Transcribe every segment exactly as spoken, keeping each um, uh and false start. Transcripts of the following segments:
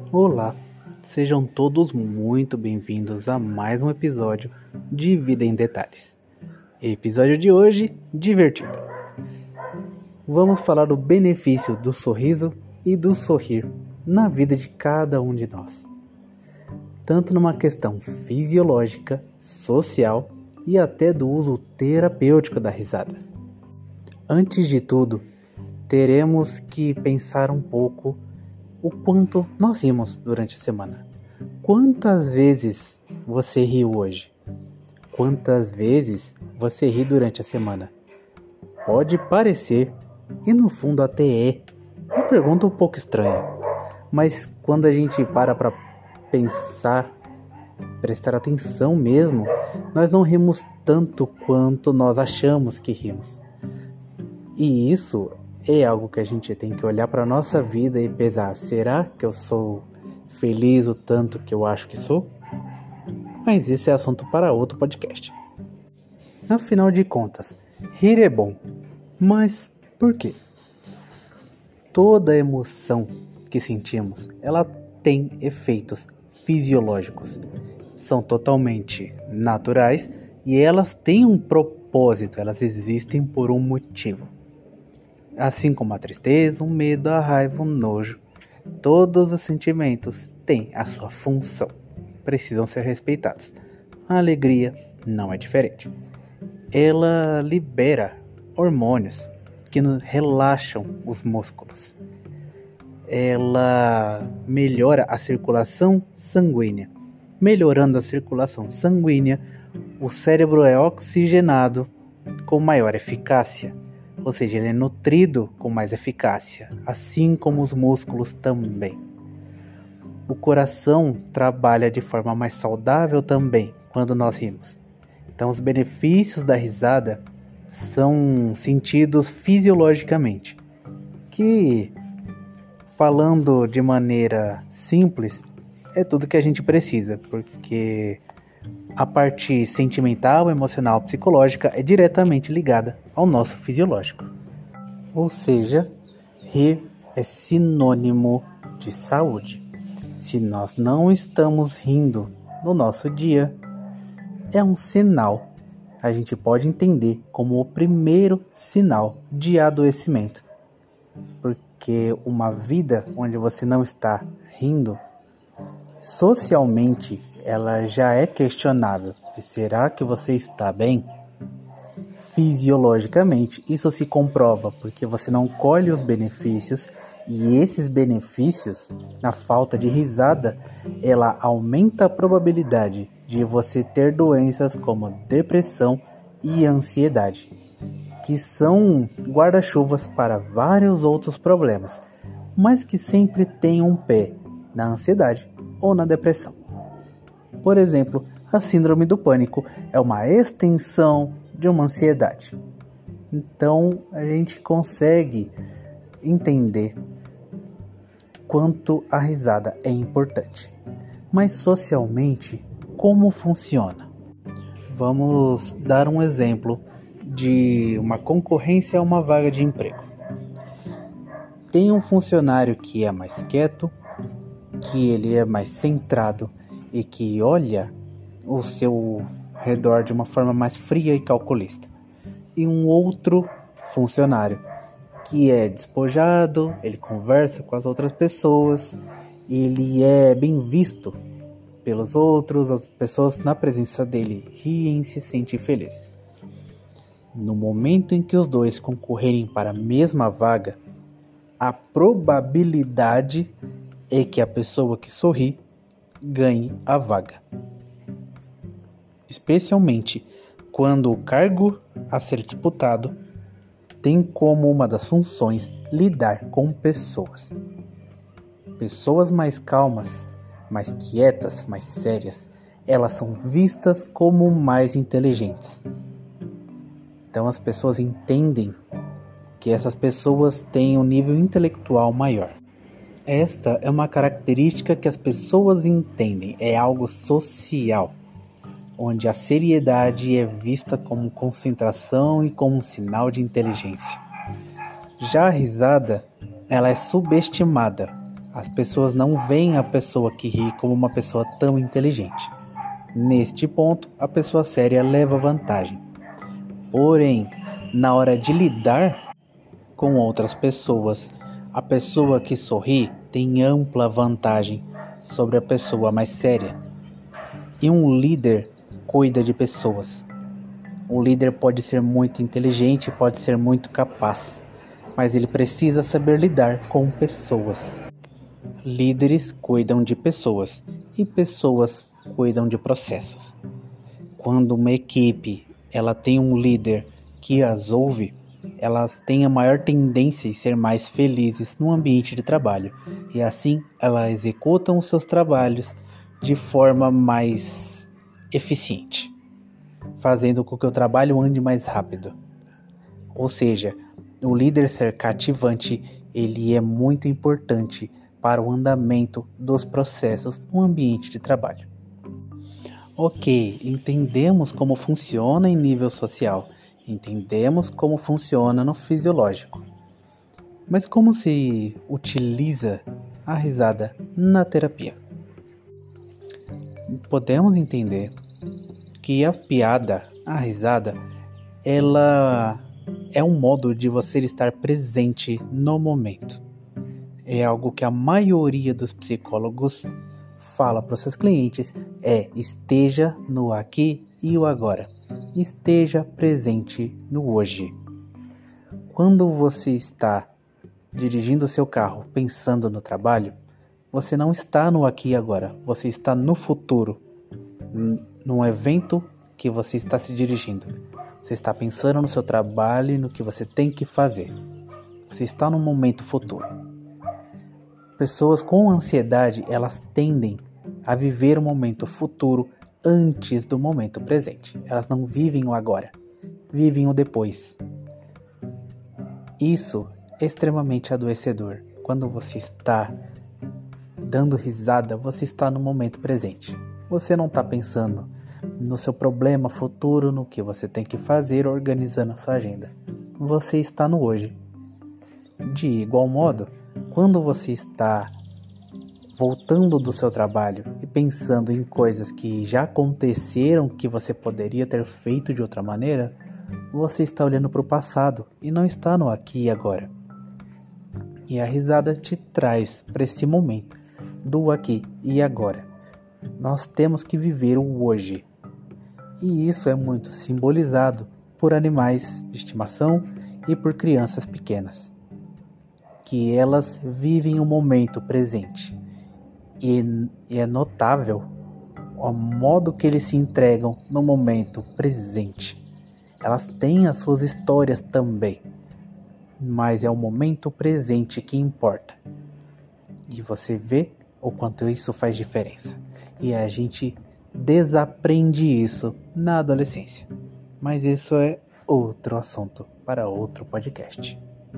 Olá, sejam todos muito bem-vindos a mais um episódio de Vida em Detalhes. Episódio de hoje, divertido. Vamos falar do benefício do sorriso e do sorrir na vida de cada um de nós. Tanto numa questão fisiológica, social e até do uso terapêutico da risada. Antes de tudo, teremos que pensar um pouco o quanto nós rimos durante a semana. Quantas vezes você riu hoje? Quantas vezes você ri durante a semana? Pode parecer, e no fundo até é, uma pergunta um pouco estranha. Mas quando a gente para para pensar, prestar atenção mesmo, nós não rimos tanto quanto nós achamos que rimos. E isso é algo que a gente tem que olhar para a nossa vida e pesar. Será que eu sou feliz o tanto que eu acho que sou? Mas esse é assunto para outro podcast. Afinal de contas, rir é bom. Mas por quê? Toda emoção que sentimos, ela tem efeitos fisiológicos. São totalmente naturais e elas têm um propósito. Elas existem por um motivo. Assim como a tristeza, o medo, a raiva, o nojo, todos os sentimentos têm a sua função, precisam ser respeitados. A alegria não é diferente. Ela libera hormônios que nos relaxam os músculos. Ela melhora a circulação sanguínea. Melhorando a circulação sanguínea, o cérebro é oxigenado com maior eficácia. Ou seja, ele é nutrido com mais eficácia, assim como os músculos também. O coração trabalha de forma mais saudável também quando nós rimos. Então, os benefícios da risada são sentidos fisiologicamente, que, falando de maneira simples, é tudo que a gente precisa, porque a parte sentimental, emocional, psicológica é diretamente ligada ao nosso fisiológico. Ou seja, rir é sinônimo de saúde. Se nós não estamos rindo no nosso dia, é um sinal. A gente pode entender como o primeiro sinal de adoecimento. Porque uma vida onde você não está rindo, socialmente, ela já é questionável. E será que você está bem? Fisiologicamente, isso se comprova porque você não colhe os benefícios, e esses benefícios, na falta de risada, ela aumenta a probabilidade de você ter doenças como depressão e ansiedade, que são guarda-chuvas para vários outros problemas, mas que sempre têm um pé na ansiedade ou na depressão. Por exemplo, a síndrome do pânico é uma extensão de uma ansiedade. Então, a gente consegue entender quanto a risada é importante. Mas socialmente, como funciona? Vamos dar um exemplo de uma concorrência a uma vaga de emprego. Tem um funcionário que é mais quieto, que ele é mais centrado e que olha o seu redor de uma forma mais fria e calculista. E um outro funcionário que é despojado, ele conversa com as outras pessoas, ele é bem visto pelos outros, as pessoas na presença dele riem e se sentem felizes. No momento em que os dois concorrerem para a mesma vaga, a probabilidade é que a pessoa que sorri ganhe a vaga. Especialmente quando o cargo a ser disputado tem como uma das funções lidar com pessoas. Pessoas mais calmas, mais quietas, mais sérias, elas são vistas como mais inteligentes. Então as pessoas entendem que essas pessoas têm um nível intelectual maior. Esta é uma característica que as pessoas entendem, é algo social, onde a seriedade é vista como concentração e como um sinal de inteligência. Já a risada, ela é subestimada. As pessoas não veem a pessoa que ri como uma pessoa tão inteligente. Neste ponto, a pessoa séria leva vantagem. Porém, na hora de lidar com outras pessoas, a pessoa que sorri tem ampla vantagem sobre a pessoa mais séria. E um líder cuida de pessoas. O líder pode ser muito inteligente, pode ser muito capaz, mas ele precisa saber lidar com pessoas. Líderes cuidam de pessoas e pessoas cuidam de processos. Quando uma equipe ela tem um líder que as ouve, elas têm a maior tendência em ser mais felizes no ambiente de trabalho e assim elas executam os seus trabalhos de forma mais eficiente, fazendo com que o trabalho ande mais rápido. Ou seja, o líder ser cativante, ele é muito importante para o andamento dos processos no ambiente de trabalho. Ok, entendemos como funciona em nível social, entendemos como funciona no fisiológico. Mas como se utiliza a risada na terapia? Podemos entender que a piada, a risada, ela é um modo de você estar presente no momento. É algo que a maioria dos psicólogos fala para os seus clientes, é esteja no aqui e o agora. Esteja presente no hoje. Quando você está dirigindo o seu carro pensando no trabalho, você não está no aqui e agora, você está no futuro, num evento que você está se dirigindo. Você está pensando no seu trabalho e no que você tem que fazer. Você está no momento futuro. Pessoas com ansiedade, elas tendem a viver o momento futuro antes do momento presente. Elas não vivem o agora, vivem o depois. Isso é extremamente adoecedor. Quando você está dando risada, você está no momento presente. Você não está pensando no seu problema futuro, no que você tem que fazer, organizando a sua agenda. Você está no hoje. De igual modo, quando você está voltando do seu trabalho e pensando em coisas que já aconteceram que você poderia ter feito de outra maneira, você está olhando para o passado e não está no aqui e agora. E a risada te traz para esse momento do aqui e agora. Nós temos que viver o hoje. E isso é muito simbolizado por animais de estimação e por crianças pequenas, que elas vivem o momento presente. E, e é notável o modo que eles se entregam no momento presente. Elas têm as suas histórias também, mas é o momento presente que importa. E você vê o quanto isso faz diferença. E a gente desaprende isso na adolescência. Mas isso é outro assunto para outro podcast.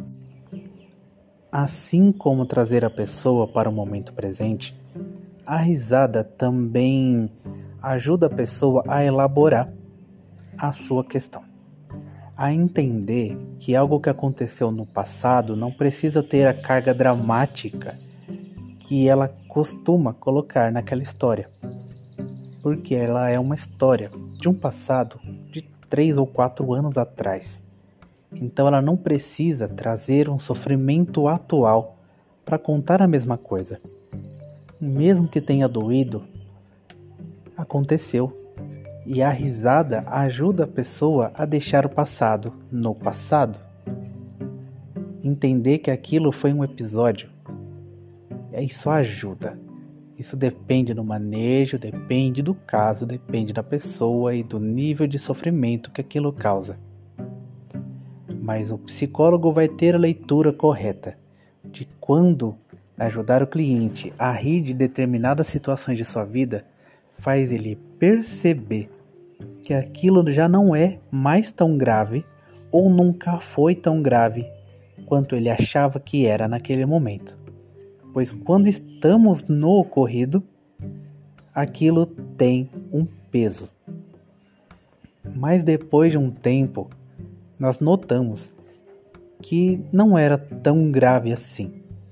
Assim como trazer a pessoa para o momento presente, a risada também ajuda a pessoa a elaborar a sua questão, a entender que algo que aconteceu no passado não precisa ter a carga dramática que ela costuma colocar naquela história, porque ela é uma história de um passado de três ou quatro anos atrás. Então ela não precisa trazer um sofrimento atual para contar a mesma coisa. Mesmo que tenha doído, aconteceu. E a risada ajuda a pessoa a deixar o passado no passado. Entender que aquilo foi um episódio, isso ajuda. Isso depende do manejo, depende do caso, depende da pessoa e do nível de sofrimento que aquilo causa. Mas o psicólogo vai ter a leitura correta de quando ajudar o cliente a rir de determinadas situações de sua vida faz ele perceber que aquilo já não é mais tão grave ou nunca foi tão grave quanto ele achava que era naquele momento. Pois quando estamos no ocorrido, aquilo tem um peso. Mas depois de um tempo, nós notamos que não era tão grave assim.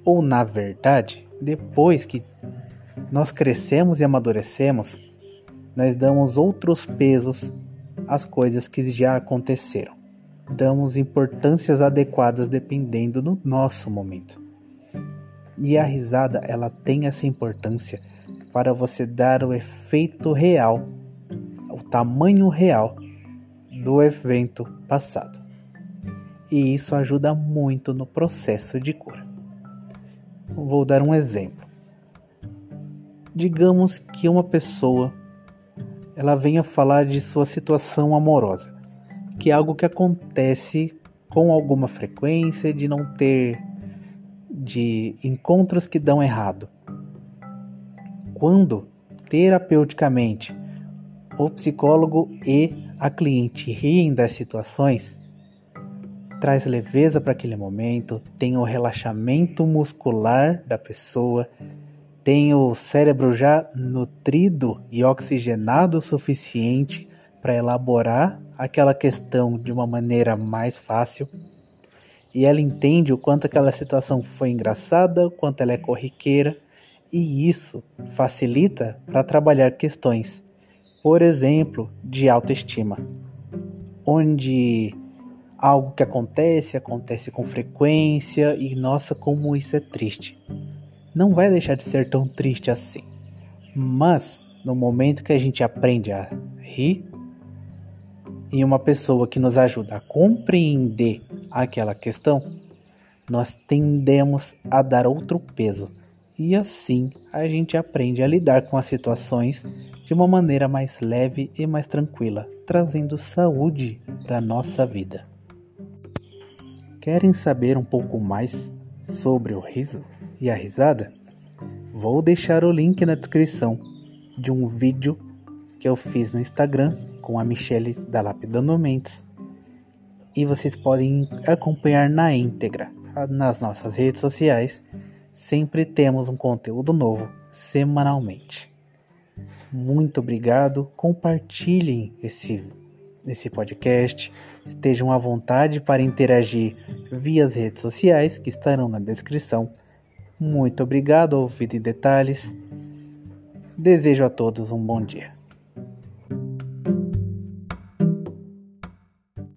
Ou, na verdade, depois que nós crescemos e amadurecemos, nós damos outros pesos às coisas que já aconteceram. Damos importâncias adequadas dependendo do nosso momento. E a risada, ela tem essa importância para você dar o efeito real, o tamanho real do evento passado. E isso ajuda muito no processo de cura. Vou dar um exemplo. Digamos que uma pessoa ela venha falar de sua situação amorosa, que é algo que acontece com alguma frequência, de não ter, de encontros que dão errado. Quando, terapeuticamente, o psicólogo e a cliente riem das situações, traz leveza para aquele momento, tem o relaxamento muscular da pessoa, tem o cérebro já nutrido e oxigenado o suficiente para elaborar aquela questão de uma maneira mais fácil. E ela entende o quanto aquela situação foi engraçada, o quanto ela é corriqueira. E isso facilita para trabalhar questões, por exemplo, de autoestima. Onde algo que acontece, acontece com frequência e nossa, como isso é triste. Não vai deixar de ser tão triste assim. Mas, no momento que a gente aprende a rir, e uma pessoa que nos ajuda a compreender aquela questão, nós tendemos a dar outro peso. E assim a gente aprende a lidar com as situações de uma maneira mais leve e mais tranquila, trazendo saúde para a nossa vida. Querem saber um pouco mais sobre o riso e a risada? Vou deixar o link na descrição de um vídeo que eu fiz no Instagram com a Michele da Lapidando Mentes. E vocês podem acompanhar na íntegra nas nossas redes sociais. Sempre temos um conteúdo novo semanalmente. Muito obrigado. Compartilhem esse, esse podcast. Estejam à vontade para interagir via as redes sociais que estarão na descrição. Muito obrigado ao Vida em Detalhes. Desejo a todos um bom dia.